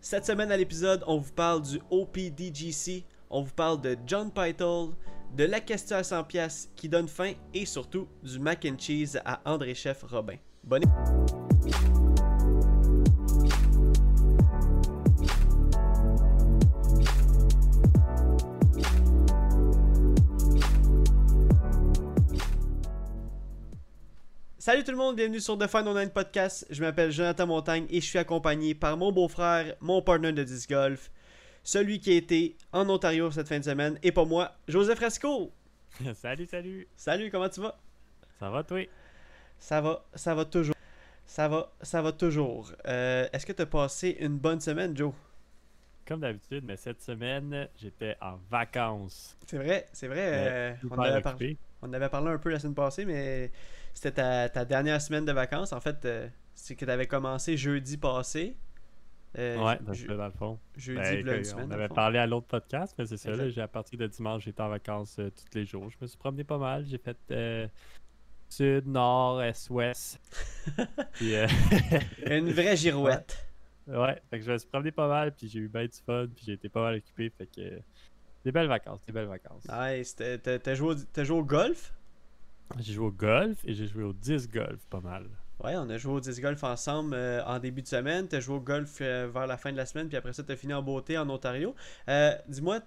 Cette semaine à l'épisode, on vous parle du OPDGC, on vous parle de John Pytle, de la question à 100$ qui donne fin et surtout du mac and cheese à André Chef Robin. Bonne Salut tout le monde, bienvenue sur The Fun Online Podcast. Je m'appelle Jonathan Montagne et je suis accompagné par mon beau-frère, mon partner de disc golf, celui qui a été en Ontario cette fin de semaine, et pas moi, Joseph Rasco. Salut. Salut, comment tu vas? Ça va, toi? Ça va toujours. Ça va toujours. Est-ce que tu as passé une bonne semaine, Joe? Comme d'habitude, mais cette semaine, j'étais en vacances. C'est vrai. On avait parlé un peu la semaine passée, mais c'était ta dernière semaine de vacances. En fait, c'est que tu avais commencé jeudi passé. Ouais, dans le fond. Jeudi, Ben, une semaine. on avait parlé à l'autre podcast, mais c'est ça. Exact. Là, à partir de dimanche, j'étais en vacances tous les jours. Je me suis promené pas mal. J'ai fait sud, nord, est, ouest. Puis, Une vraie girouette. ouais, fait que je me suis promené pas mal, puis j'ai eu bien du fun, puis j'ai été pas mal occupé. Fait que des belles vacances. Nice. T'as joué au golf? J'ai joué au golf et j'ai joué au disc golf pas mal. Ouais, on a joué au disc golf ensemble en début de semaine. T'as joué au golf vers la fin de la semaine, puis après ça, t'as fini en beauté en Ontario. Dis-moi,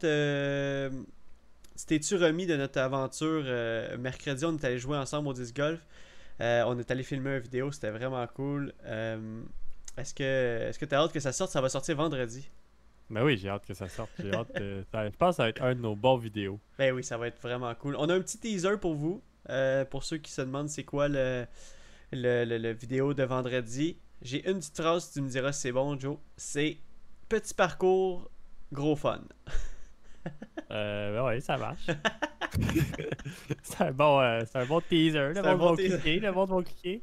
t'es-tu remis de notre aventure mercredi? On est allé jouer ensemble au disc golf. On est allé filmer une vidéo, c'était vraiment cool. Est-ce que t'as hâte que ça sorte? Ça va sortir vendredi. Ben oui, j'ai hâte que ça sorte. Je pense que ça va être un de nos bons vidéos. Ben oui, ça va être vraiment cool. On a un petit teaser pour vous. Pour ceux qui se demandent c'est quoi le vidéo de vendredi. J'ai une petite phrase, tu me diras si c'est bon, Joe. C'est petit parcours, gros fun. Ben ouais, ça marche. C'est un bon teaser. Le monde va cliquer.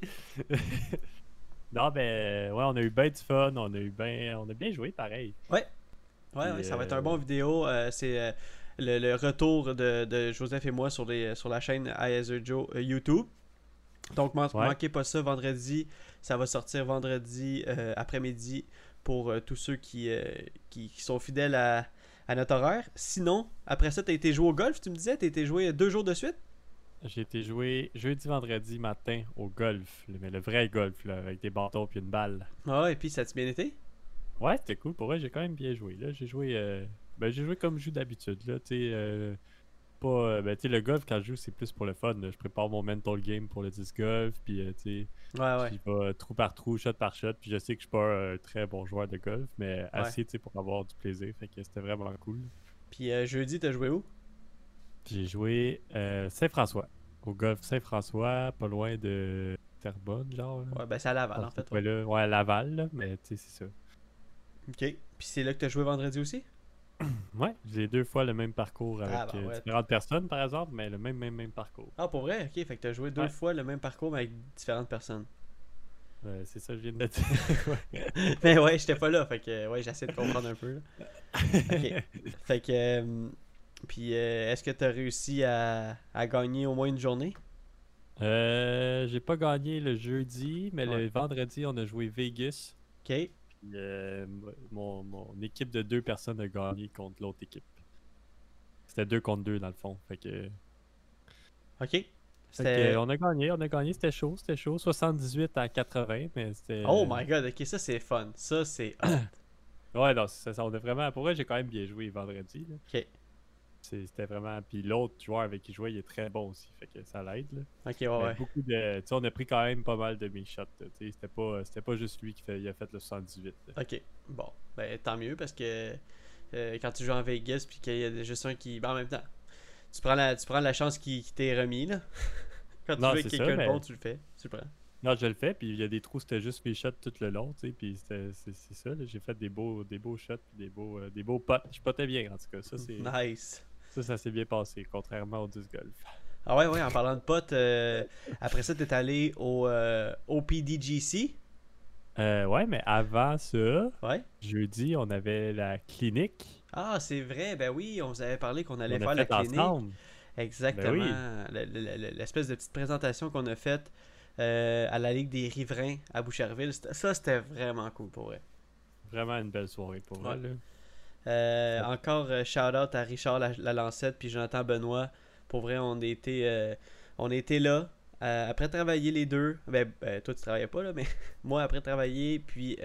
Non, ben ouais, on a eu bien du fun. On a bien joué pareil. Ouais, Puis, ça va être un bon vidéo. C'est le retour de Joseph et moi sur la chaîne ISR Joe YouTube. Donc, manquez pas ça vendredi. Ça va sortir vendredi après-midi pour tous ceux qui sont fidèles à notre horaire. Sinon, après ça, t'as été jouer au golf, tu me disais? T'as été jouer 2 jours de suite? J'ai été jouer jeudi, vendredi matin au golf. Mais le vrai golf, là, avec des bâtons puis une balle. Ah, et puis ça a-tu bien été? Ouais, c'était cool. Pour vrai, j'ai quand même bien joué. Là, j'ai joué comme je joue d'habitude. Là, tu sais, le golf, quand je joue, c'est plus pour le fun. Là. Je prépare mon mental game pour le disc golf. Puis, tu sais, Ouais. j'y vais trou par trou, shot par shot. Puis, je sais que je suis pas un très bon joueur de golf, mais assez, tu sais, pour avoir du plaisir. Fait que c'était vraiment cool. Puis, jeudi, t'as joué où? J'ai joué Saint-François. Au golf Saint-François, pas loin de Terrebonne, genre. Là. Ouais, ben c'est à Laval, en fait. Ouais, à Laval, là, mais tu sais, c'est ça. Ok. Puis, c'est là que t'as joué vendredi aussi? Ouais, j'ai 2 fois le même parcours avec ouais. différentes personnes, par exemple, mais le même parcours. Ah, pour vrai? Ok, fait que t'as joué 2 fois le même parcours, mais avec différentes personnes. C'est ça que je viens de dire. Ouais. Ben ouais, j'étais pas là, fait que ouais, j'essaie de comprendre un peu. Là. Ok. Fait que. Puis, est-ce que t'as réussi à gagner au moins une journée? J'ai pas gagné le jeudi, mais Ouais. le vendredi, on a joué Vegas. Ok. Puis, mon équipe de 2 personnes a gagné contre l'autre équipe. C'était 2 contre 2 dans le fond. Fait que on a gagné, c'était chaud. 78 à 80, mais c'était. Oh my god, ok, ça c'est fun. Ça c'est hot. Ouais, non, c'est ça. On a vraiment. Pour vrai, j'ai quand même bien joué vendredi. Là. Ok. C'était vraiment. Puis l'autre joueur avec qui je jouais, il est très bon aussi. Fait que ça l'aide. Là. Ok, Mais ouais. beaucoup de. Tu sais, on a pris quand même pas mal de mes shots. Tu sais, c'était pas juste lui il a fait le 78. Là. Ok. Bon, ben tant mieux parce que quand tu joues en Vegas puis qu'il y a juste un qui. Ben, en même temps, tu prends la chance qui t'est remis là. Quand tu joues avec quelqu'un de bon, tu le fais. Tu le prends. Non, je le fais, puis il y a des trous, c'était juste mes shots tout le long, tu sais, puis c'est ça, là, j'ai fait des beaux shots, puis des beaux pots. Je potais bien, en tout cas, ça, c'est... Nice. Ça s'est bien passé, contrairement au disc golf. Ah ouais, en parlant de potes, après ça, t'es allé au PDGC. Ouais, mais avant ça, Ouais. jeudi, on avait la clinique. Ah, c'est vrai, ben oui, on vous avait parlé qu'on allait On faire a la fait clinique. ensemble. Exactement. Ben oui. L'espèce de petite présentation qu'on a faite à la Ligue des Riverains à Boucherville. Ça, c'était vraiment cool pour vrai. Vraiment une belle soirée pour moi. Encore shout-out à Richard Lalancette puis Jonathan Benoît. Pour vrai, on était là. Après travailler les deux, toi tu travaillais pas là, mais moi après travailler, puis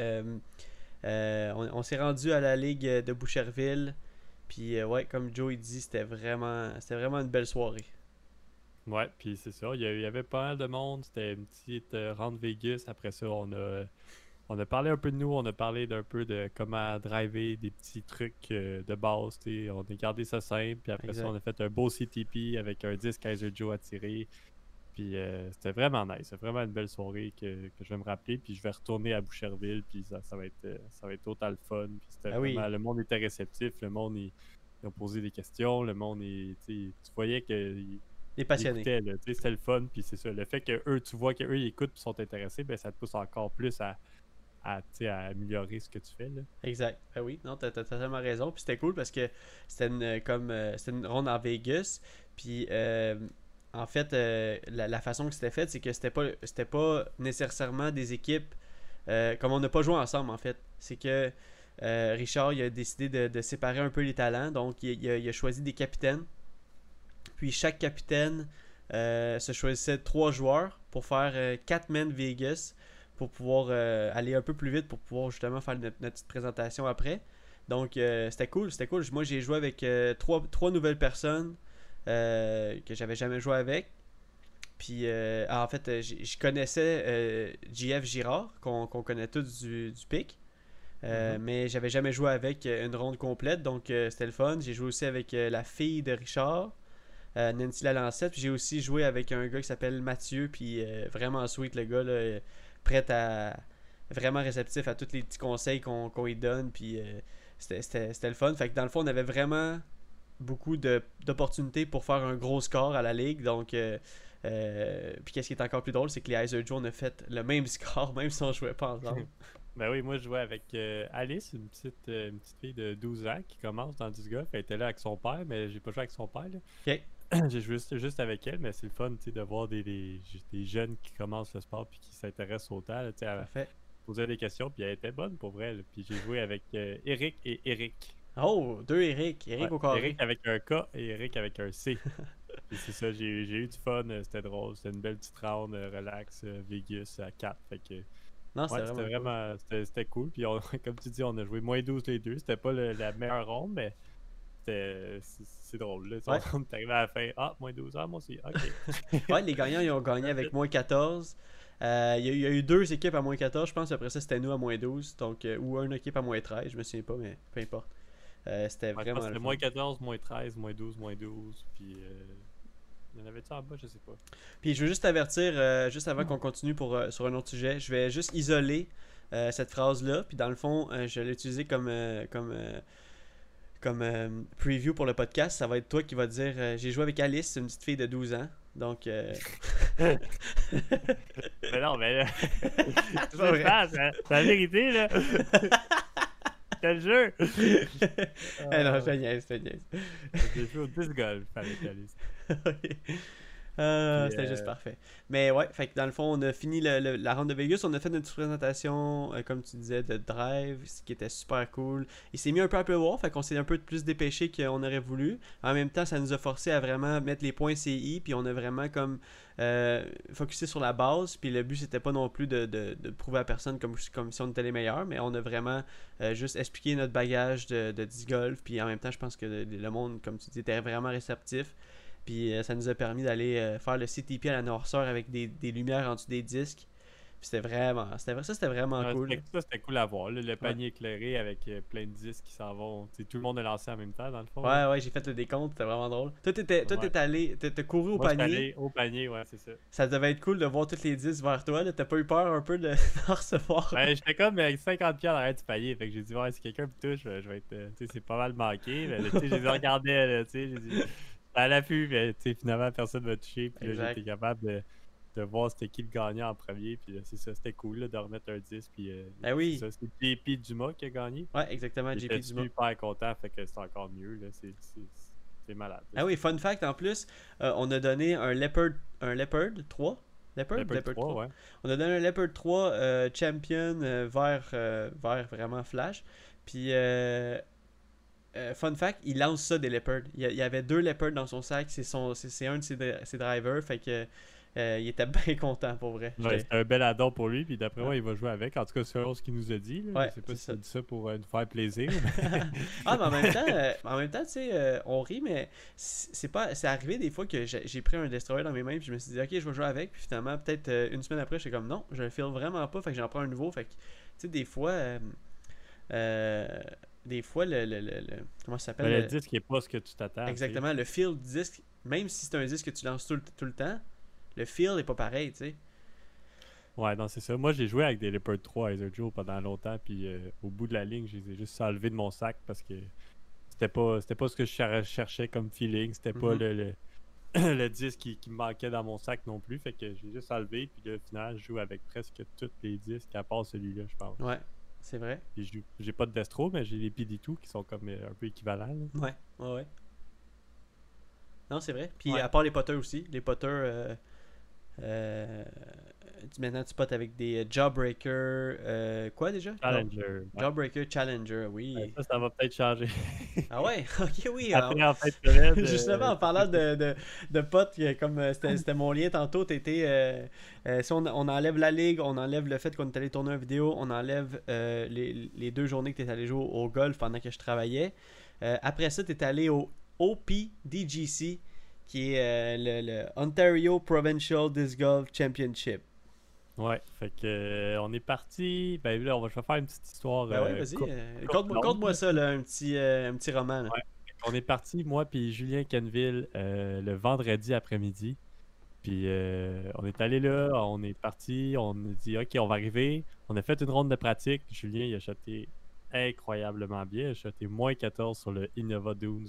on s'est rendu à la Ligue de Boucherville. Puis ouais, comme Joe il dit, c'était vraiment une belle soirée. Ouais, puis c'est ça. Il y avait pas mal de monde. C'était une petite rentre Vegas. Après ça, on a parlé un peu de nous. On a parlé d'un peu de comment driver des petits trucs de base. T'sais. On a gardé ça simple. Puis après ça, on a fait un beau CTP avec un disque Kaiser Joe à tirer. Puis c'était vraiment nice. C'est vraiment une belle soirée que je vais me rappeler. Puis je vais retourner à Boucherville. Puis ça va être total fun. Puis c'était vraiment, le monde était réceptif. Le monde, ils ont posé des questions. Le monde, tu voyais que... Les passionnés. C'était le fun, puis c'est ça. Le fait que eux, tu vois qu'eux, ils écoutent et sont intéressés, ben ça te pousse encore plus à améliorer ce que tu fais. Là. Exact. Ben oui, non, t'as totalement raison. Puis c'était cool parce que c'était c'était une ronde en Vegas. Puis en fait, la façon que c'était fait, c'est que c'était pas nécessairement des équipes comme on n'a pas joué ensemble en fait. C'est que Richard il a décidé de séparer un peu les talents. Donc il a choisi des capitaines. Puis chaque capitaine se choisissait 3 joueurs pour faire 4 men Vegas pour pouvoir aller un peu plus vite pour pouvoir justement faire notre petite présentation après. Donc c'était cool. Moi j'ai joué avec 3 nouvelles personnes que j'avais jamais joué avec. Puis en fait je connaissais JF Girard qu'on connaît tous du PIC. Mais j'avais jamais joué avec une ronde complète, donc c'était le fun. J'ai joué aussi avec la fille de Richard. Nancy Lalancette. Puis j'ai aussi joué avec un gars qui s'appelle Mathieu. Puis vraiment sweet, le gars, là, prêt à. Vraiment réceptif à tous les petits conseils qu'on lui donne. Puis c'était le fun. Fait que dans le fond, on avait vraiment beaucoup d'opportunités pour faire un gros score à la ligue. Donc, puis qu'est-ce qui est encore plus drôle, c'est que les Iser Joe ont fait le même score, même si on jouait pas ensemble. Ben oui, moi je jouais avec Alice, une petite fille de 12 ans qui commence dans le disc golf. Elle était là avec son père, mais j'ai pas joué avec son père. Là. Ok. J'ai joué juste avec elle, mais c'est le fun de voir des jeunes qui commencent le sport puis qui s'intéressent autant. Là, elle posait des questions, puis elle était bonne pour vrai. Là. Puis j'ai joué avec Eric et Eric. Oh, 2 Eric. Eric au carré. Eric avec un K et Eric avec un C. Puis c'est ça, j'ai eu du fun, c'était drôle. C'était une belle petite round, relax, Vegas à 4. Fait que. Non, c'était vraiment cool. C'était cool. Puis comme tu dis, on a joué -12 les deux. C'était pas la meilleure ronde, mais c'est drôle. Là. On est arrivé à la fin. Ah, -12. Ah, moi aussi. OK. Ouais, les gagnants, ils ont gagné avec -14. Il y a eu 2 équipes à -14, je pense. Après ça, c'était nous à -12. Donc, ou une équipe à -13. Je me souviens pas, mais peu importe. C'était vraiment. C'était -14, -13, -12, -12. Puis. Il y en avait-tu en bas, je sais pas. Puis je veux juste t'avertir, juste avant qu'on continue sur un autre sujet, je vais juste isoler cette phrase-là. Puis dans le fond, je l'ai utilisé comme preview pour le podcast. Ça va être toi qui va dire j'ai joué avec Alice, une petite fille de 12 ans. Donc. Mais non, mais là. C'est la vérité, là. Quel jeu! Non, je niaise. J'ai joué au disc golf avec Alice. C'était juste parfait. Mais ouais, fait que dans le fond, on a fini la ronde de Vegas. On a fait notre présentation, comme tu disais, de drive, ce qui était super cool. Il s'est mis un peu à pleuvoir, fait qu'on s'est un peu plus dépêché qu'on aurait voulu. En même temps, ça nous a forcé à vraiment mettre les points CI, puis on a vraiment comme focusé sur la base. Puis le but, c'était pas non plus de prouver à personne comme si on était les meilleurs, mais on a vraiment juste expliqué notre bagage de disc golf. Puis en même temps, je pense que le monde, comme tu dis, était vraiment réceptif. Puis ça nous a permis d'aller faire le CTP à la noirceur avec des lumières en dessous des disques. Puis c'était vraiment cool. C'était cool à voir. Là, le panier éclairé avec plein de disques qui s'en vont. T'sais, tout le monde a lancé en même temps, dans le fond. Ouais, j'ai fait le décompte. C'était vraiment drôle. Toi, t'es allé, t'as couru au panier. Moi, allé au panier, ouais, c'est ça. Ça devait être cool de voir tous les disques vers toi. Là. T'as pas eu peur un peu de recevoir? Ben, j'étais comme avec 50$ à l'arrêt du panier. Fait que j'ai dit, ouais, si quelqu'un me touche, je vais être. C'est pas mal manqué. Mais je les regardais, j'ai dit. À l'affût, mais finalement, personne ne m'a touché. Puis là, j'étais capable de voir c'était qui le gagnant en premier. Puis c'est ça, c'était cool là, de remettre un 10. Puis oui. c'est JP Dumas qui a gagné. Ouais, exactement, JP Dumas. J'étais super content, fait que c'est encore mieux. Là. C'est malade. Là. Ah oui, fun fact en plus, on a donné un Leopard 3 Leopard 3, ouais. On a donné un Leopard 3 Champion vert vraiment flash. Puis, fun fact, il lance ça des Leopards. Il y avait 2 Leopards dans son sac. C'est un de ses drivers. Fait que il était bien content pour vrai. Ouais, c'était un bel addon pour lui, puis d'après moi, il va jouer avec. En tout cas, c'est ce qu'il nous a dit. Là. Ouais, je sais pas si il dit ça pour nous faire plaisir. Ah, mais en même temps, tu sais, on rit, mais c'est arrivé des fois que j'ai pris un Destroyer dans mes mains, puis je me suis dit, ok, je vais jouer avec, puis finalement, peut-être une semaine après, j'étais comme, non, je le file vraiment pas, fait que j'en prends un nouveau. Fait que, tu sais, des fois, comment ça s'appelle? Le disque n'est pas ce que tu t'attends. Exactement, le feel du disque, même si c'est un disque que tu lances tout le temps, le feel est pas pareil, tu sais. Ouais, non, c'est ça. Moi, j'ai joué avec des Leopard 3 à Aether Joe pendant longtemps, puis au bout de la ligne, je les ai juste enlevés de mon sac parce que c'était pas ce que je cherchais comme feeling. C'était pas le disque qui me manquait dans mon sac non plus. Fait que j'ai juste enlevé, puis là, au final, je joue avec presque tous les disques à part celui-là, je pense. Ouais, c'est vrai. Puis j'ai pas de Destro, mais j'ai les PD2 qui sont comme un peu équivalents. Là. Ouais. Non, c'est vrai. Puis à part les potters aussi, les potters, maintenant tu potes avec des Jawbreaker, quoi déjà? Challenger. Jawbreaker Challenger, oui. Ouais, ça va peut-être changer. Ah ouais, ok, oui. Après, en fait, semaine, justement, en parlant de potes, comme c'était mon lien tantôt, t'étais. Si on enlève la ligue, on enlève le fait qu'on est allé tourner une vidéo, on enlève les 2 journées que t'es allé jouer au golf pendant que je travaillais. Après ça, t'es allé au OPDGC, qui est le Ontario Provincial Disc Golf Championship. Ouais, fait que on est parti. Ben là, je vais faire une petite histoire. Ben ouais, vas-y. Conte-moi ça, là, un petit roman. Là. Ouais. On est parti, moi puis Julien Kenville, le vendredi après-midi. Puis on est allé là, on est parti, on a dit ok, on va arriver. On a fait une ronde de pratique. Julien, il a shoté incroyablement bien. Il a shoté moins 14 sur le Innova Dunes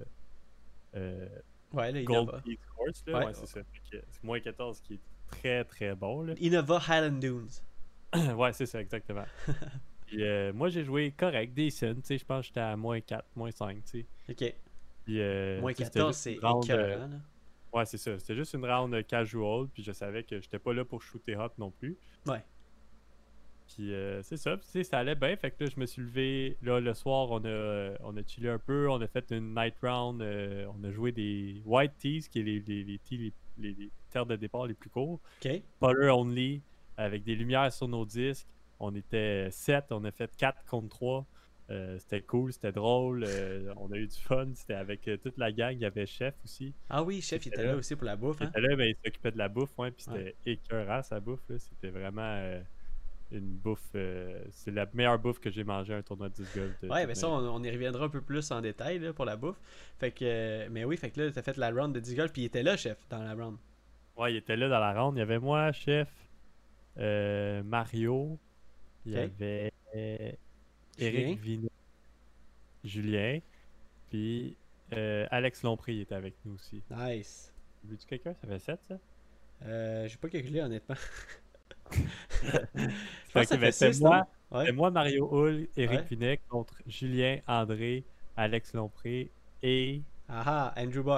ouais, le Gold Innova. Peak Course. Là. Ouais, c'est ça. C'est moins 14 qui est très très bon. Là. Innova Highland Dunes. Ouais, c'est ça, exactement. Puis moi, j'ai joué correct, decent. Je pense que j'étais à moins 4, moins 5. T'sais. Ok. Puis, moins 14, c'est écœurant. Ouais, c'est ça. C'était juste une round casual. Puis je savais que j'étais pas là pour shooter hot non plus. Ouais. Puis c'est ça. Puis, ça allait bien. Fait que là, je me suis levé. Là, le soir, on a chillé un peu. On a fait une night round. On a joué des white tees, qui est les terres de départ les plus courts. OK. Putter only, avec des lumières sur nos disques. On était 7, on a fait 4 contre 3. C'était cool, c'était drôle. On a eu du fun. C'était avec toute la gang. Il y avait Chef aussi. Ah oui, Chef, il était là aussi pour la bouffe. Il était là, mais il s'occupait de la bouffe. Ouais, puis c'était écœurant, sa bouffe. Là. C'était vraiment une bouffe. C'est la meilleure bouffe que j'ai mangée à un tournoi de disc golf. Ouais, mais ça, on y reviendra un peu plus en détail là, pour la bouffe. Fait que, mais oui, fait que là, t'as fait la round de disc golf, puis il était là, Chef, dans la round. Ouais, il était là dans la round. Il y avait moi, Chef, Mario, il y avait Eric Vinet, Julien, puis Alex Lompré, il était avec nous aussi. Nice. Veux-tu quelqu'un? Ça fait 7, ça? J'ai pas calculé, honnêtement. C'est moi, Mario Hull, Eric Vinet contre Julien, André, Alex Lompré et... Andrew Buck.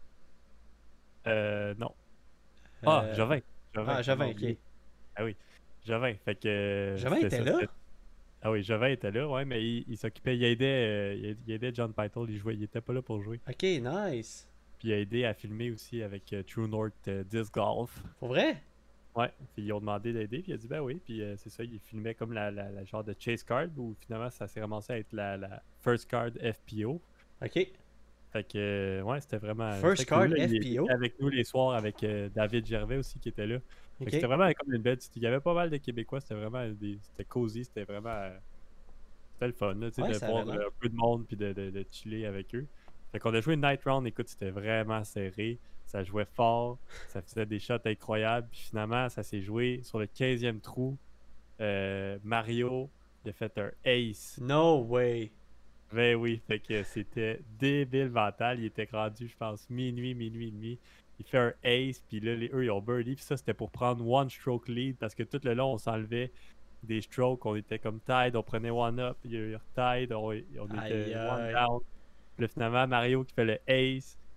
Non. Jovin. Jovin, ok. Ah oui, Jovin. Fait que... Jovin était là? Ah oui, Jovin était là, ouais, mais il s'occupait, il aidait John Pytle, il était pas là pour jouer. Ok, nice. Puis il a aidé à filmer aussi avec True North Disc Golf. Pour vrai? Ouais, puis ils ont demandé d'aider, puis il a dit ben oui, puis c'est ça, il filmait comme la genre de chase card, où finalement ça s'est ramassé à être la first card FPO. Ok. Fait que, ouais, c'était vraiment... First card cool, FPO? Il était avec nous les soirs, avec David Gervais aussi qui était là. Okay. C'était vraiment comme une belle... Il y avait pas mal de Québécois, c'était vraiment... C'était cosy, c'était vraiment... C'était le fun, là, de voir un peu de monde puis de chiller avec eux. Fait qu'on a joué une night round, écoute, c'était vraiment serré. Ça jouait fort, ça faisait des shots incroyables. Puis finalement, ça s'est joué sur le 15e trou. Mario, il a fait un ace. No way! Ben oui, fait que c'était débile mental. Il était rendu, je pense, minuit et demi. Il fait un ace, puis là, eux, ils ont birdie. Puis ça, c'était pour prendre one stroke lead, parce que tout le long, on s'enlevait des strokes. On était comme tied, on prenait one up, il tied, on était one down. Puis là, finalement, Mario qui fait le ace,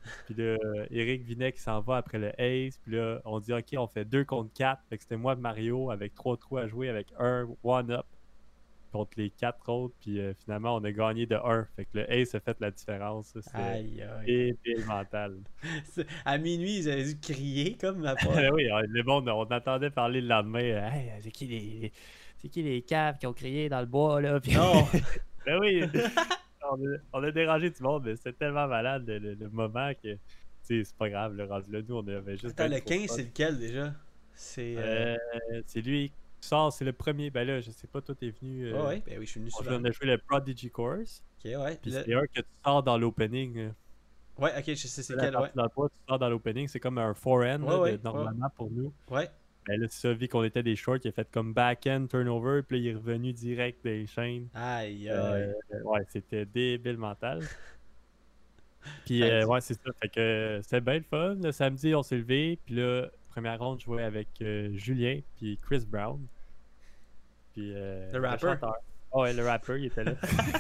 Puis là, Eric Vinet qui s'en va après le Ace. Puis là, on dit, OK, on fait 2 contre 4. Fait que c'était moi et Mario avec 3 trous à jouer avec un one-up contre les 4 autres. Puis finalement, on a gagné de 1. Fait que le Ace a fait la différence. C'était débile mental. À minuit, ils avaient dû crier comme ma part. Oui, le monde, on entendait parler le lendemain. Hey, c'est qui les caves qui ont crié dans le bois, là? Puis... Non! Ben oui! On a dérangé tout le monde, mais c'était tellement malade le moment que c'est pas grave, le rendu là, nous on avait juste. Attends, le 15, c'est lequel déjà? C'est lui qui sort, c'est le premier. Ben là, je sais pas, toi t'es venu. Ouais, ben oui, je suis venu souvent. On a joué le Prodigy Course. Ok, ouais. Puis c'est un que tu sors dans l'opening. Ouais, ok, je sais c'est quel, ouais. Dans le bois, tu sors dans l'opening, c'est comme un forehand normalement pour nous. Ouais. Ben là, c'est ça, vu qu'on était des shorts, il a fait comme back-end, turnover, puis là, il est revenu direct des chaînes. Aïe, ouais, c'était débile mental. Puis, ouais, c'est ça. Fait que c'était bien le fun. Le samedi, on s'est levé, puis là, première ronde, je jouais avec Julien, puis Chris Brown. Puis, le rapper. Oh, ouais, le rapper, il était là.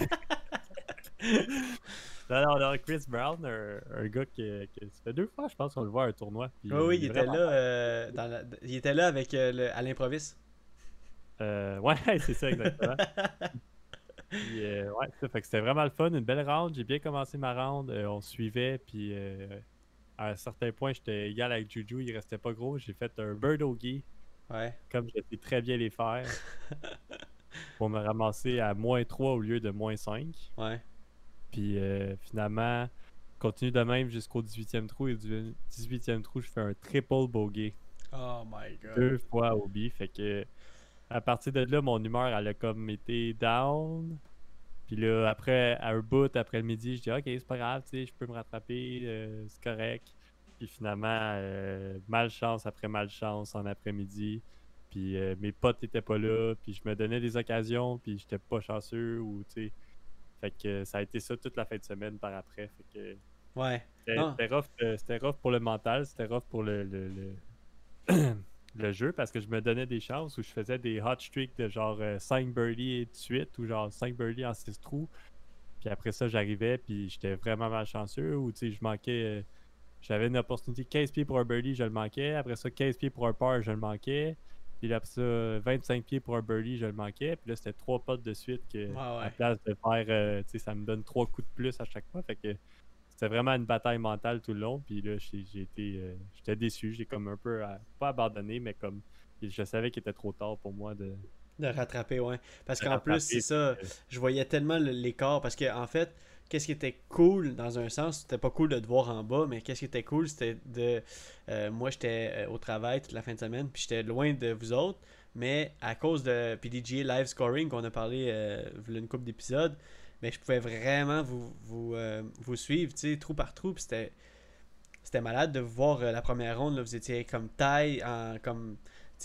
non, Chris Brown, un gars qui ça fait 2 fois, je pense, qu'on le voit à un tournoi. Puis, oui, il était là, il était là avec à l'improviste. Ouais, c'est ça, exactement. Puis, ouais, ça fait que c'était vraiment le fun, une belle round. J'ai bien commencé ma round, on suivait, puis à un certain point, j'étais égal avec Juju, il restait pas gros. J'ai fait un bird oggy, comme je sais très bien les faire, pour me ramasser à -3 au lieu de -5. Ouais. Puis finalement, continue de même jusqu'au 18e trou, et du 18e trou, je fais un triple bogey. Oh my god. 2 fois au bi, fait que à partir de là, mon humeur, elle a comme été down. Puis là, après, à un bout, après le midi, je dis OK, c'est pas grave, tu sais, je peux me rattraper, c'est correct. Puis finalement, malchance après malchance en après-midi. Puis mes potes étaient pas là, puis je me donnais des occasions, puis j'étais pas chanceux, ou tu sais. Fait que ça a été ça toute la fin de semaine par après. Fait que. Ouais. C'était rough pour le mental, c'était rough pour le jeu, parce que je me donnais des chances où je faisais des hot streaks de genre 5 birdies de suite, ou genre 5 birdies en 6 trous. Puis après ça, j'arrivais, puis j'étais vraiment malchanceux, ou tu sais, je manquais. J'avais une opportunité 15 pieds pour un birdie, je le manquais. Après ça, 15 pieds pour un par, je le manquais. Puis après ça, 25 pieds pour un birdie, je le manquais. Puis là, c'était 3 potes de suite que, à la place de faire, tu sais, ça me donne 3 coups de plus à chaque fois. Fait que c'était vraiment une bataille mentale tout le long. Puis là, j'étais déçu. J'ai comme un peu, pas abandonné, mais comme je savais qu'il était trop tard pour moi de rattraper, ouais. Parce qu'en plus, c'est ça, je voyais tellement l'écart. Parce qu'en fait, qu'est-ce qui était cool dans un sens, c'était pas cool de te voir en bas, mais qu'est-ce qui était cool, c'était de. Moi, j'étais au travail toute la fin de semaine, puis j'étais loin de vous autres, mais à cause de PDGA Live Scoring qu'on a parlé il y a une couple d'épisodes, mais je pouvais vraiment vous suivre, tu sais, trou par trou, puis c'était malade de vous voir la première ronde, là, vous étiez comme taille, comme.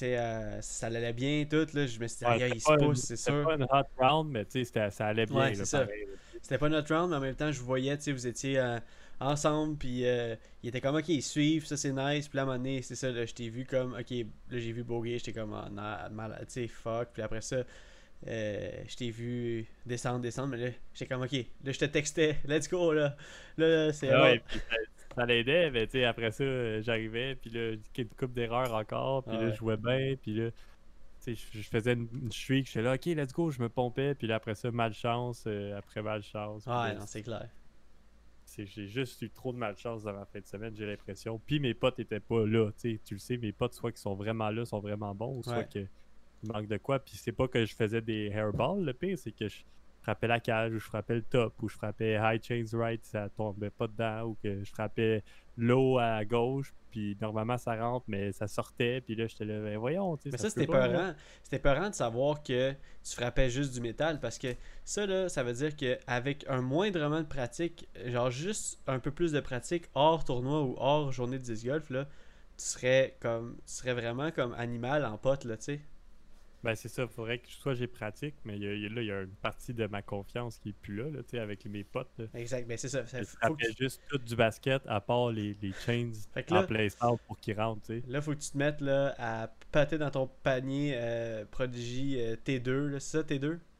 Ça allait bien tout, là. Je me suis dit, il se pousse, c'est sûr. C'était pas une hot round, mais ça allait bien. Ouais, c'est ça. C'était pas notre round, mais en même temps, je vous voyais, vous étiez ensemble, puis il était comme, ok, ils suivent, ça c'est nice. Puis là, à un moment donné, c'est ça, là, je t'ai vu comme, ok, là j'ai vu bogey, j'étais comme, tu sais, fuck. Puis après ça, je t'ai vu descendre, mais là, j'étais comme, ok, là je te textais, let's go, là. Là, c'est ouais, ça l'aidait, mais tu sais, après ça, j'arrivais, puis là, une couple d'erreurs encore, puis là, je jouais bien, puis là, tu sais, je faisais une streak, j'étais là, ok, let's go, je me pompais, puis là, après ça, malchance, après malchance. Ouais, non, c'est clair. J'ai juste eu trop de malchance dans ma fin de semaine, j'ai l'impression. Puis mes potes étaient pas là, tu le sais, mes potes, soit qui sont vraiment là, sont vraiment bons, ou soit qu'il manque de quoi. Puis c'est pas que je faisais des hairballs, le pire, c'est que je frappais la cage, ou je frappais le top, ou je frappais high chains right, ça tombait pas dedans, ou que je frappais low à gauche, puis normalement ça rentre, mais ça sortait, puis là j'étais là, ben voyons, tu sais. Mais ça c'était peurant. C'était peurant de savoir que tu frappais juste du métal, parce que ça là, ça veut dire qu'avec un moindrement de pratique, genre juste un peu plus de pratique hors tournoi ou hors journée de disc golf, là, tu serais vraiment comme animal en pote, là, tu sais. Ben c'est ça, il faudrait que soit j'ai pratique, mais il y a une partie de ma confiance qui est plus là, tu sais, avec mes potes. Là. Exact, ben c'est ça. Je frappais juste tout du basket, à part les chains en play style pour qu'ils rentrent, tu sais. Là, faut que tu te mettes là, à pâter dans ton panier Prodigy T2, là, c'est ça, T2?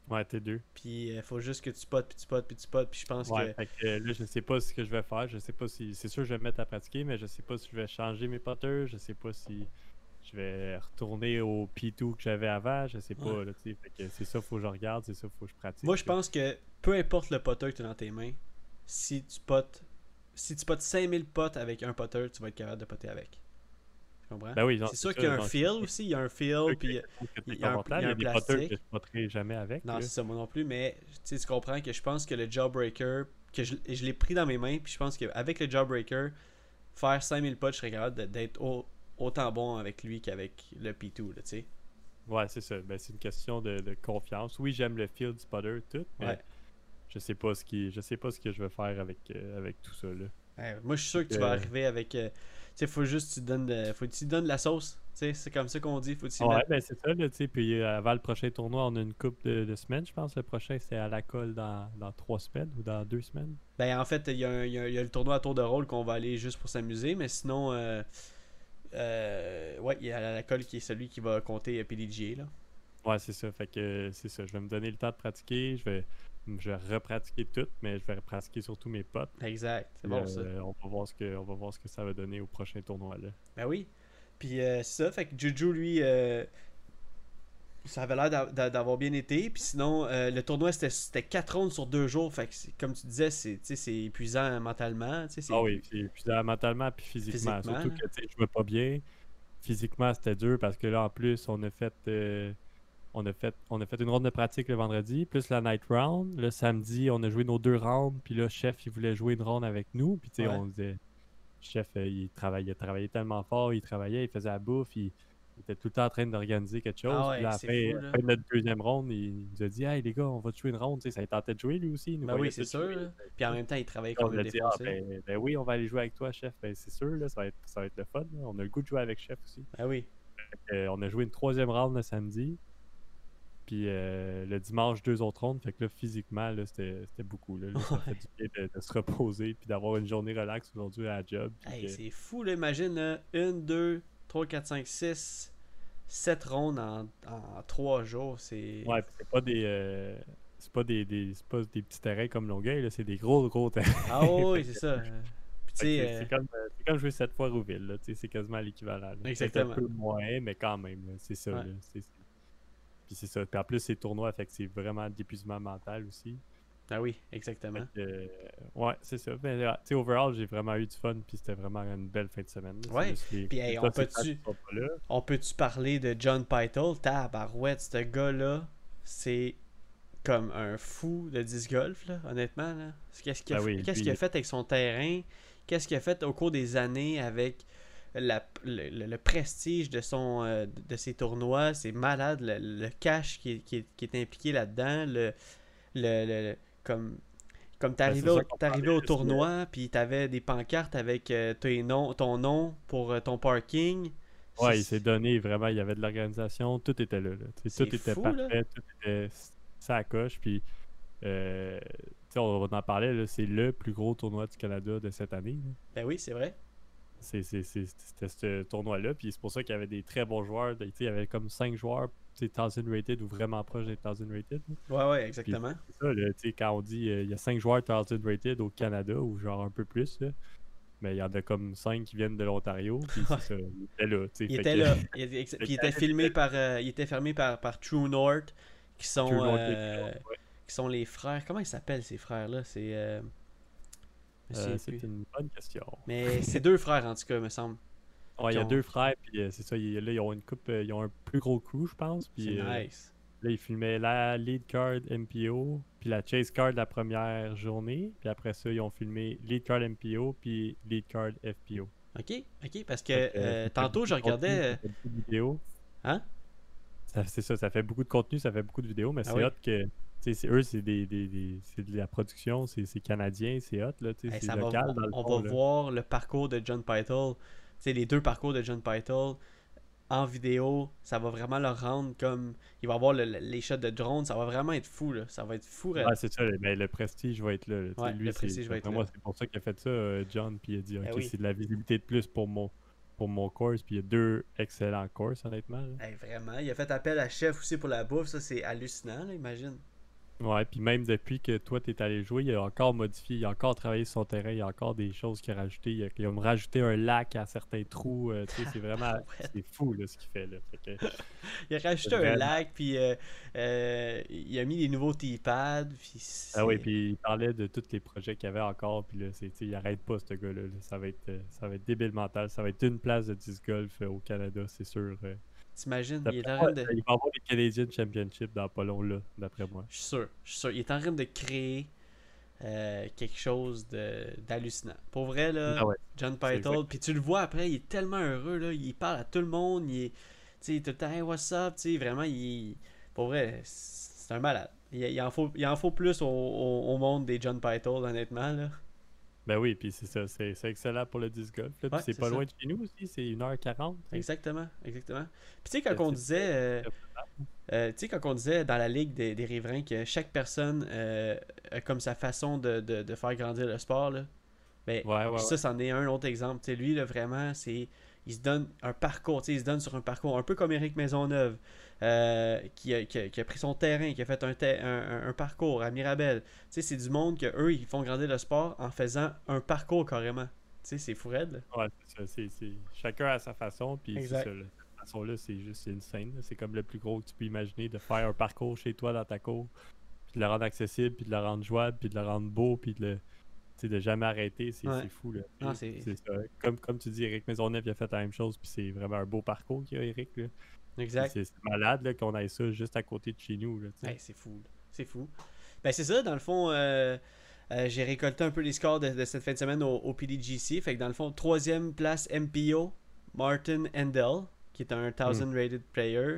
Ouais, T2. Puis il faut juste que tu potes, puis tu potes, puis tu potes. Puis je pense Ouais, que. fait que là, je sais pas ce que je vais faire. Je sais pas si. C'est sûr, je vais me mettre à pratiquer, mais je sais pas si je vais changer mes putters. Je sais pas si je vais retourner au P2 que j'avais avant. Je sais Ouais. pas, là, tu sais. Fait que c'est ça, faut que je regarde. C'est ça, faut que je pratique. Moi, je pense que peu importe le potter que tu as dans tes mains, si tu potes. Si tu potes 5000 potes avec un potter, tu vas être capable de poter avec. Tu comprends? Ben oui, C'est c'est sûr qu'il y ça. a un Donc, feel aussi. Il y a un feel, puis que il t'es y a il confortable. y Il a y un a des putters que plastique. je potterai jamais avec. Non, Là. c'est ça, moi non plus, mais tu comprends que je pense que le Jawbreaker, que je l'ai pris dans mes mains, puis je pense qu'avec le Jawbreaker, faire 5000 potes, je serais capable d'être autant bon avec lui qu'avec le P2, là, tu sais. Ouais, c'est ça. Ben, c'est une question de confiance. Oui, j'aime le feel du putter, tout, mais Ouais. je sais pas ce que je vais faire avec tout ça, là. Ouais, moi, je suis sûr que tu vas arriver avec. Tu sais, faut juste que tu donnes faut que tu donnes de la sauce. Tu sais, c'est comme ça qu'on dit. Faut que tu y Ouais, mettes. ben c'est ça, là, tu sais. Puis avant le prochain tournoi, on a une coupe de semaines, je pense. Le prochain, c'est à la colle dans 3 semaines ou dans 2 semaines. Ben, en fait, il y a le tournoi à tour de rôle qu'on va aller juste pour s'amuser, mais sinon, ouais, il y a la colle qui est celui qui va compter PDGA, là. Ouais, c'est ça. Fait que c'est ça. Je vais me donner le temps de pratiquer. Je vais repratiquer tout, mais je vais pratiquer surtout mes potes. Exact. C'est Puis, bon, ça. on va voir ce que ça va donner au prochain tournoi, là. Ben oui. Puis c'est ça, fait que Juju, lui, ça avait l'air d'avoir bien été. Puis sinon, le tournoi, c'était 4 rondes sur 2 jours. Fait que, comme tu disais, c'est épuisant mentalement. Ah oui, puis mentalement puis physiquement. Physiquement. Surtout que tu sais, je jouais pas bien. Physiquement, c'était dur parce que là, en plus, on a fait une ronde de pratique le vendredi, plus la night round. Le samedi, on a joué nos 2 rounds. Puis là, chef, il voulait jouer une ronde avec nous. Puis tu sais, Ouais. on disait, chef, il travaillait tellement fort, il faisait la bouffe, il était tout le temps en train d'organiser quelque chose. Ah Puis ouais, là, à la c'est fin, fou, à là. la fin de notre deuxième ronde, il nous a dit, hey les gars, on va te jouer une ronde. Tu sais, ça lui tentait de jouer lui aussi. Il nous Ben oui, voyait c'est tous sûr, jouer. là. Puis en même temps, il travaillait On comme a un dit, défoncé. ben oui, on va aller jouer avec toi, chef. Ben, c'est sûr, là, ça va être le fun. Là. On a le goût de jouer avec chef aussi. Ben oui. On a joué une troisième round le samedi. Puis le dimanche, 2 autres rondes. Fait que là, physiquement, là, c'était beaucoup. Là. Ça fait du bien de se reposer puis d'avoir une journée relax aujourd'hui à la job. Hey, c'est fou, là. Imagine, 1, 2, 3, 4, 5, 6, 7 rondes en 3 jours. C'est. Ouais, puis c'est pas c'est pas des petits terrains comme Longueuil, là. C'est des gros terrains. Ah oui, c'est ça. Puis tu sais. C'est comme jouer 7 fois Rouville, là. C'est quasiment l'équivalent. Là. Exactement. C'est un peu moins, mais quand même, là, c'est ça. Ouais. Là. Puis c'est ça. Puis en plus, c'est tournoi, fait que c'est vraiment d'épuisement mental aussi. Ah oui, exactement. Ouais, c'est ça. Mais tu sais, overall, j'ai vraiment eu du fun, puis c'était vraiment une belle fin de semaine. Là. Ouais. Puis hey, on peut-tu parler de John Pytle? Tabarouette, ce gars-là, c'est comme un fou de disc golf, là, honnêtement. Là. Qu'est-ce qu'il a fait avec son terrain? Qu'est-ce qu'il a fait au cours des années avec le prestige de de ses tournois? C'est malade, le cash qui est impliqué là-dedans, comme t'arrivais au tournoi, puis t'avais des pancartes avec ton nom pour ton parking. Ouais, il s'est donné vraiment, il y avait de l'organisation, tout était là. Tout était parfait, là. Tout était ça coche, puis on va en parler, là, c'est le plus gros tournoi du Canada de cette année. Là. Ben oui, c'est vrai. C'était ce tournoi-là, puis c'est pour ça qu'il y avait des très bons joueurs. Il y avait comme 5 joueurs, 1000 rated ou vraiment proches des 1000 rated. Ouais, exactement. C'est ça, là, quand on dit il y a 5 joueurs 1000 rated au Canada, ou genre un peu plus, là, mais il y en a comme 5 qui viennent de l'Ontario, puis c'est ça, il était là. Il était là. Puis il était filmé il était fermé par True North, qui sont les frères. Comment ils s'appellent ces frères-là? C'est une bonne question. Mais c'est 2 frères en tout cas, me semble. Ouais, il y a 2 frères, puis c'est ça, là, ils ont une coupe, ils ont un plus gros crew, je pense. Puis, c'est nice. Là, ils filmaient la lead card MPO, puis la chase card la première journée, puis après ça, ils ont filmé lead card MPO, puis lead card FPO. Ok, parce que tantôt, je regardais. Vidéos. Hein? C'est ça, ça fait beaucoup de contenu, ça fait beaucoup de vidéos, mais c'est hot que. Eux, c'est de la production, c'est canadien, c'est hot, là, c'est local. On va voir le parcours de John Pytle, les 2 parcours de John Pytle en vidéo, ça va vraiment leur rendre comme. Il va avoir les shots de drone, ça va vraiment être fou, là. Ça va être fou. Ouais, c'est ça, mais le prestige va être là. Ouais, lui, le prestige va être là. C'est pour ça qu'il a fait ça, John, puis il a dit, ok, oui. c'est de la visibilité de plus pour mon course, puis il y a 2 excellents courses, honnêtement. Vraiment, il a fait appel à chef aussi pour la bouffe, ça c'est hallucinant, là, imagine. Ouais, puis même depuis que toi, t'es allé jouer, il a encore modifié, il a encore travaillé sur son terrain, il y a encore des choses qu'il a rajoutées. Il a rajouté un lac à certains trous. Tu sais, c'est vraiment, Ouais. c'est fou là, ce qu'il fait là. Fait que, Il a c'est rajouté un vraiment... lac, puis il a mis des nouveaux T-pads, puis Ah oui, c'est... puis il parlait de tous les projets qu'il y avait encore, puis là, tu sais, il arrête pas ce gars-là. Là. Ça va être débile mental, ça va être une place de disc golf au Canada, c'est sûr. T'imagines, il est D'après en moi, train de... il va y avoir les Canadian Championship dans pas long là, d'après moi. Je suis sûr. Il est en train de créer quelque chose d'hallucinant. Pour vrai, là, Ah ouais, John c'est Python, exact. puis tu le vois après, il est tellement heureux, là, il parle à tout le monde, il est, tu sais, tout le temps, hey, what's up, tu sais, vraiment, pour vrai, c'est un malade. Il en faut plus au monde des John Python, honnêtement, là. Ben oui, puis c'est ça, c'est excellent pour le disc golf. Là, puis Ouais, c'est c'est pas ça. loin de chez nous aussi, c'est 1h40. Tu sais. Exactement, exactement. Puis tu sais, Que, quand on tu sais, disait, tu sais, quand on disait dans la ligue des riverains que chaque personne a comme sa façon de faire grandir le sport, là, ben, ouais, ouais, ça, ouais. c'en est un autre exemple. Tu sais, lui, là, vraiment, il se donne un parcours. Tu sais, il se donne sur un parcours un peu comme Éric Maisonneuve, qui a pris son terrain, qui a fait un parcours à Mirabel. Tu sais, c'est du monde que eux, ils font grandir le sport en faisant un parcours carrément. Tu sais, c'est fou raide, là. Ouais, c'est ça. Chacun a sa façon, puis c'est ça. Exact. Là. Cette façon-là, c'est une scène. C'est comme le plus gros que tu peux imaginer de faire un parcours chez toi dans ta cour, puis de le rendre accessible, puis de le rendre jouable, puis de le rendre beau, puis de le. Tu sais, de jamais arrêter, Ouais. c'est fou. Là. Non, c'est C'est ça. Comme tu dis, Éric Maisonneuve, il a fait la même chose, puis c'est vraiment un beau parcours qu'il a, Éric. Là. Puis exact. c'est malade là, qu'on ait ça juste à côté de chez nous. Là, tu sais. Hey, c'est fou, là. C'est fou. Ben, c'est ça, dans le fond, j'ai récolté un peu les scores de cette fin de semaine au PDGC. Fait que dans le fond, troisième place MPO, Martin Endel, qui est un Hmm. 1000 rated player.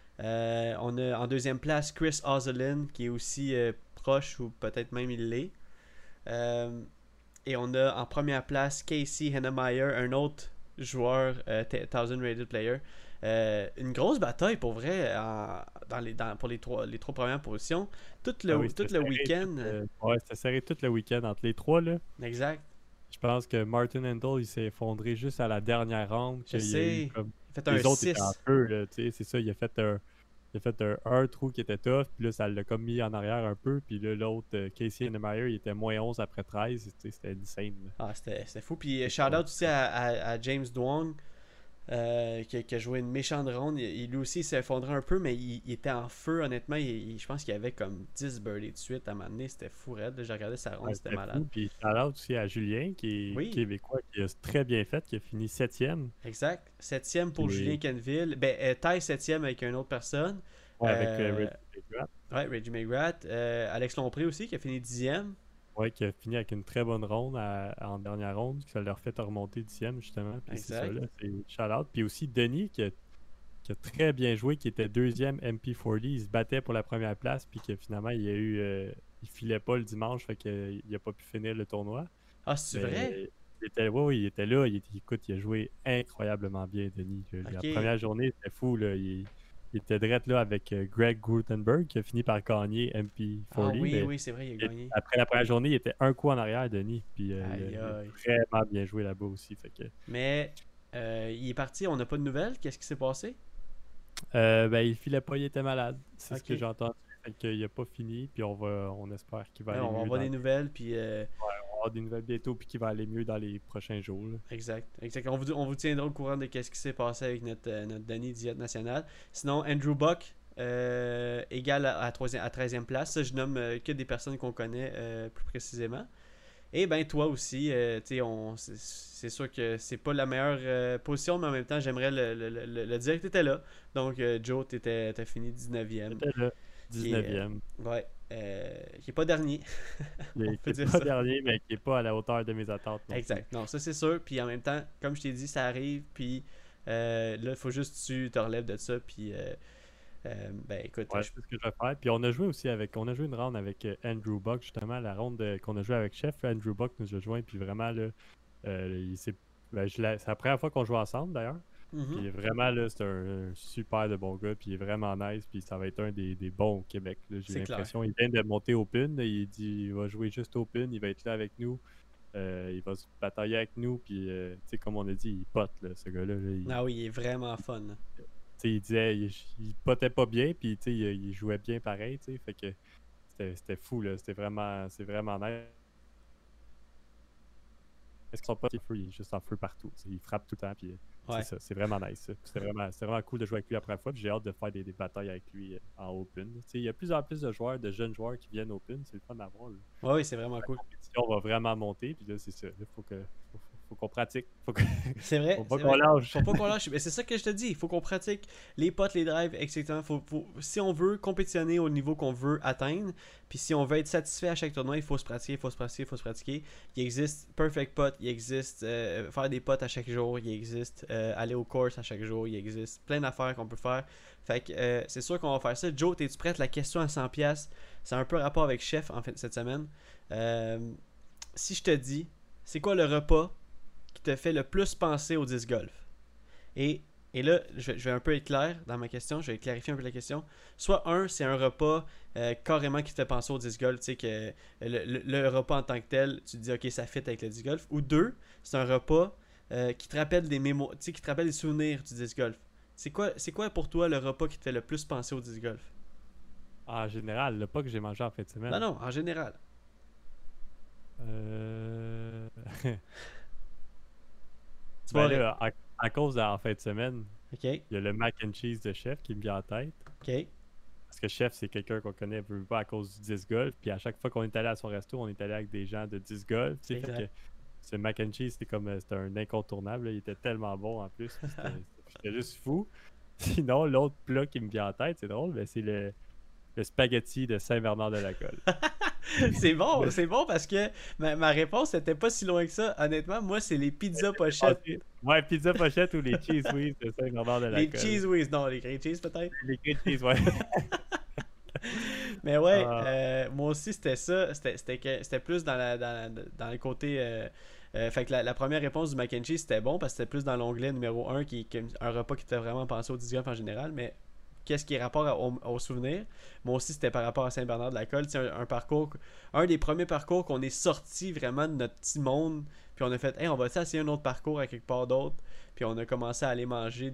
On a en deuxième place Chris Ozelin, qui est aussi proche, ou peut-être même il l'est. Euh, et on a en première place Casey Hennemeyer, un autre joueur 1000 rated player. Une grosse bataille pour vrai pour les trois premières positions. Ah oui, Tout c'était le serré, week-end. ouais, c'était serré tout le week-end entre les trois. Là. Exact. Je pense que Martin Handel il s'est effondré juste à la dernière ronde. Je Qu'il y a eu sais. comme... Il a fait un Les autres étaient en 6. feu, là, tu sais, c'est ça. Il a fait un trou qui était tough, puis là, ça l'a comme mis en arrière un peu. Puis là, l'autre, Casey Hennemeyer, il était -11 après 13. Tu sais, c'était insane. Là. Ah, c'était fou. Puis C'est shout ça. out aussi à James Duong, qui a joué une méchante ronde. Lui aussi, il s'est effondré un peu, mais il était en feu, honnêtement. Je pense qu'il avait comme 10 birdies de suite à un moment donné. C'était fou raide. J'ai regardé sa ronde, Ouais, c'était c'était malade. fou. Puis shout-out aussi à Julien, qui est Oui, québécois, qui a très bien fait, qui a fini 7e. exact. Septième pour Julien Puis, Canville. Ben, taille septième avec une autre personne. ouais, avec Euh, Reggie McGrath. ouais, Reggie McGrath. Alex Lompré aussi, qui a fini dixième. Ouais, qui a fini avec une très bonne ronde en dernière ronde, qui ça leur fait remonter 10e justement. Puis c'est ça, Exact. là, c'est shout-out. Puis aussi Denis qui a très bien joué, qui était deuxième MP40. Il se battait pour la première place, puis que finalement, il filait pas le dimanche, fait qu'il a pas pu finir le tournoi. Ah, c'est Mais vrai? ouais, il était là. Écoute, il a joué incroyablement bien, Denis. Là. La Ok. première journée, c'était fou. Là. Il était direct là avec Greg Gutenberg, qui a fini par gagner Ah MP40. oui, Mais oui, c'est vrai, il a gagné. après la première journée, il était un coup en arrière, Denis. Puis Aïe, il a aïe. vraiment bien joué là-bas aussi. Fait que, Mais il est parti, on n'a pas de nouvelles. Qu'est-ce qui s'est passé? ben, il filait pas, il était malade. C'est ce que Ok. j'ai entendu. Fait qu'il a pas fini. Puis on espère qu'il va Ouais, aller on va mieux avoir dans des nouvelles, puis on va avoir des nouvelles bientôt. Puis qu'il va aller mieux dans les prochains jours. Là. exact, exact. On vous tiendra au courant de ce qui s'est passé avec notre Danny Diet national. Sinon, Andrew Buck, égal à 13e place. Ça, je nomme que des personnes qu'on connaît plus précisément. Et ben toi aussi, tu sais, c'est sûr que c'est pas la meilleure position, mais en même temps, j'aimerais le dire que t'étais là. Donc, Joe, t'as fini 19e. C'était là, Qui est, 19e. ouais, qui est pas dernier, on Qui peut est dire pas ça. dernier, mais qui est pas à la hauteur de mes attentes non plus. Exact. Non, ça c'est sûr. Puis en même temps, comme je t'ai dit, ça arrive. Puis là, il faut juste que tu te relèves de ça. Puis ben écoute, Ouais, c'est ce que je vais faire. Puis on a joué une ronde avec Andrew Buck, justement, la ronde qu'on a joué avec Chef. Andrew Buck nous a joint, puis vraiment, là, il s'est. Ben, c'est la première fois qu'on joue ensemble, d'ailleurs. mhm, Puis vraiment, là, c'est un super de bon gars, puis il est vraiment nice, puis ça va être un des bons au Québec. Là, j'ai c'est clair. l'impression. Il vient de monter Open, là, il dit il va jouer juste Open, il va être là avec nous, il va se batailler avec nous, puis tu sais, comme on a dit, il pote, là, ce gars-là. Là, Ah oui, il est vraiment fun. tu sais, il disait il potait pas bien, puis tu sais, il jouait bien pareil, tu sais, fait que c'était fou, là. C'est vraiment nice. Est-ce qu'ils sont pas feu, il est juste en feu partout. Il frappe tout le temps, puis c'est ça. C'est vraiment nice. C'était vraiment cool de jouer avec lui la première fois, puis j'ai hâte de faire des batailles avec lui en Open. Il y a plus en plus de joueurs, de jeunes joueurs qui viennent Open, c'est le fun à voir. Oui, c'est vraiment cool. La compétition va vraiment monter, puis là, c'est ça. Il faut qu'on pratique. C'est vrai. Faut pas qu'on lâche. Faut pas qu'on lâche. Mais c'est ça que je te dis. Il faut qu'on pratique les potes, les drives, etc. Si on veut compétitionner au niveau qu'on veut atteindre, puis si on veut être satisfait à chaque tournoi, il faut se pratiquer. Il existe Perfect Pot, il existe faire des potes à chaque jour, il existe aller aux courses à chaque jour, il existe plein d'affaires qu'on peut faire. Fait que c'est sûr qu'on va faire ça. Joe, es-tu prête? La question à 100$, c'est un peu rapport avec Chef en fait cette semaine. Si je te dis, c'est quoi le repas qui te fait le plus penser au disc golf? Et là, je vais un peu être clair dans ma question, je vais clarifier un peu la question. Soit c'est un repas carrément qui te fait penser au disc golf, tu sais, que le repas en tant que tel, tu te dis ok, ça fit avec le disc golf. Ou 2, c'est un repas qui te rappelle des mémoires, tu sais, qui te rappelle des souvenirs du disc golf. C'est quoi pour toi le repas qui te fait le plus penser au disc golf? En général, le repas que j'ai mangé en fin de semaine. Non, en général. Là, à cause en fin de semaine, il y a le mac and cheese de Chef qui me vient en tête. Parce que Chef, c'est quelqu'un qu'on connaît pas à cause du disc golf. Puis à chaque fois qu'on est allé à son resto, on est allé avec des gens de disc golf. Fait que ce mac and cheese, c'était un incontournable. Là. Il était tellement bon en plus. J'étais juste fou. Sinon, l'autre plat qui me vient en tête, c'est drôle, mais c'est le spaghetti de Saint-Bernard-de-la-Colle. c'est bon parce que ma réponse n'était pas si loin que ça. Honnêtement, moi, c'est les pizzas pochettes. Ouais, pizza pochette ou les cheese whiz de Saint-Bernard-de-la-Colle. Les cheese whiz, non, les grilled cheese peut-être. Les grilled cheese, ouais. Mais ouais, moi aussi, c'était ça. C'était plus dans le côté... fait que la première réponse du mac and cheese, c'était bon parce que c'était plus dans l'onglet numéro 1 qui est un repas qui t'a vraiment pensé au disc golf en général, mais qu'est-ce qui est rapport au souvenir? Moi aussi, c'était par rapport à Saint-Bernard-de-la-Colle. C'est un parcours, un des premiers parcours qu'on est sorti vraiment de notre petit monde, puis on a fait, hey, on va essayer un autre parcours à quelque part d'autre, puis on a commencé à aller manger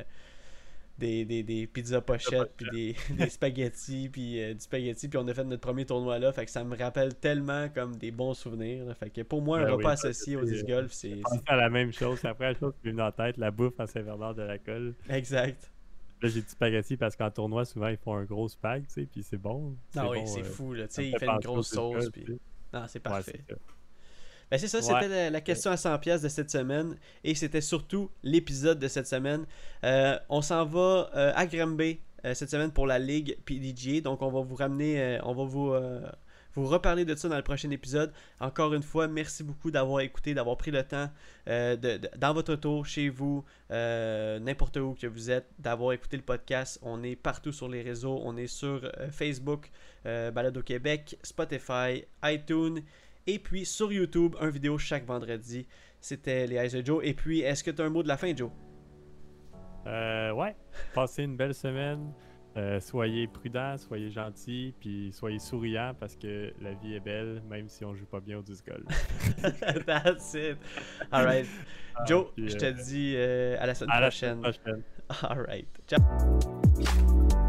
des pizzas pochettes, puis des spaghettis, puis du spaghetti, puis on a fait notre premier tournoi là, fait que ça me rappelle tellement comme des bons souvenirs, là. Fait que pour moi, un repas associé au disc golf, c'est... Je à la même chose, c'est la première chose qui m'est venue en tête, la bouffe à Saint-Bernard-de-la-Colle. Exact. Là, j'ai dit spaghetti parce qu'en tournoi, souvent, ils font un gros spag, tu sais, puis c'est bon. Ah oui, c'est fou, là, tu sais, il fait une grosse sauce, puis... Non, c'est parfait. Ouais, ben c'est ça, c'était la question à 100$ de cette semaine, et c'était surtout l'épisode de cette semaine. On s'en va à Granby cette semaine pour la Ligue PDGA, donc on va vous ramener, on va vous reparler de ça dans le prochain épisode. Encore une fois, merci beaucoup d'avoir écouté, d'avoir pris le temps dans votre auto, chez vous, n'importe où que vous êtes, d'avoir écouté le podcast. On est partout sur les réseaux. On est sur Facebook, Balado Québec, Spotify, iTunes, et puis sur YouTube, une vidéo chaque vendredi. C'était les Eyes of Joe. Et puis, est-ce que tu as un mot de la fin, Joe? Ouais. Passez une belle semaine. Soyez prudents, soyez gentils, puis soyez souriants parce que la vie est belle, même si on joue pas bien au disc golf. That's it. Alright. Joe, je te dis à la semaine prochaine. La semaine prochaine. Alright. Ciao.